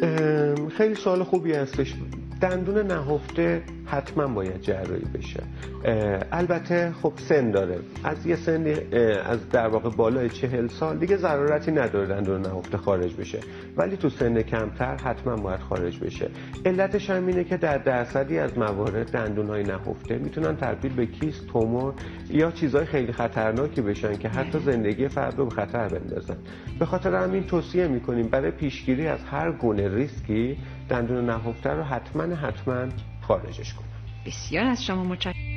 خیلی سوال خوبی هستش. دندون نهفته حتما باید جراحی بشه. البته خب سن داره، از یه سن از در واقع بالای 40 سال دیگه ضرورتی نداره دندون نهفته خارج بشه، ولی تو سن کمتر حتما باید خارج بشه. علتش هم اینه که در درصدی از موارد دندون‌های نهفته میتونن تبدیل به کیست، تومور یا چیزهای خیلی خطرناکی بشن که حتی زندگی فرد رو به خطر بندازن. به خاطر همین توصیه میکنیم برای پیشگیری از هر گونه ریسکی دندون نهفته رو حتما خارجش کنن. بسیار از شما متشکرم.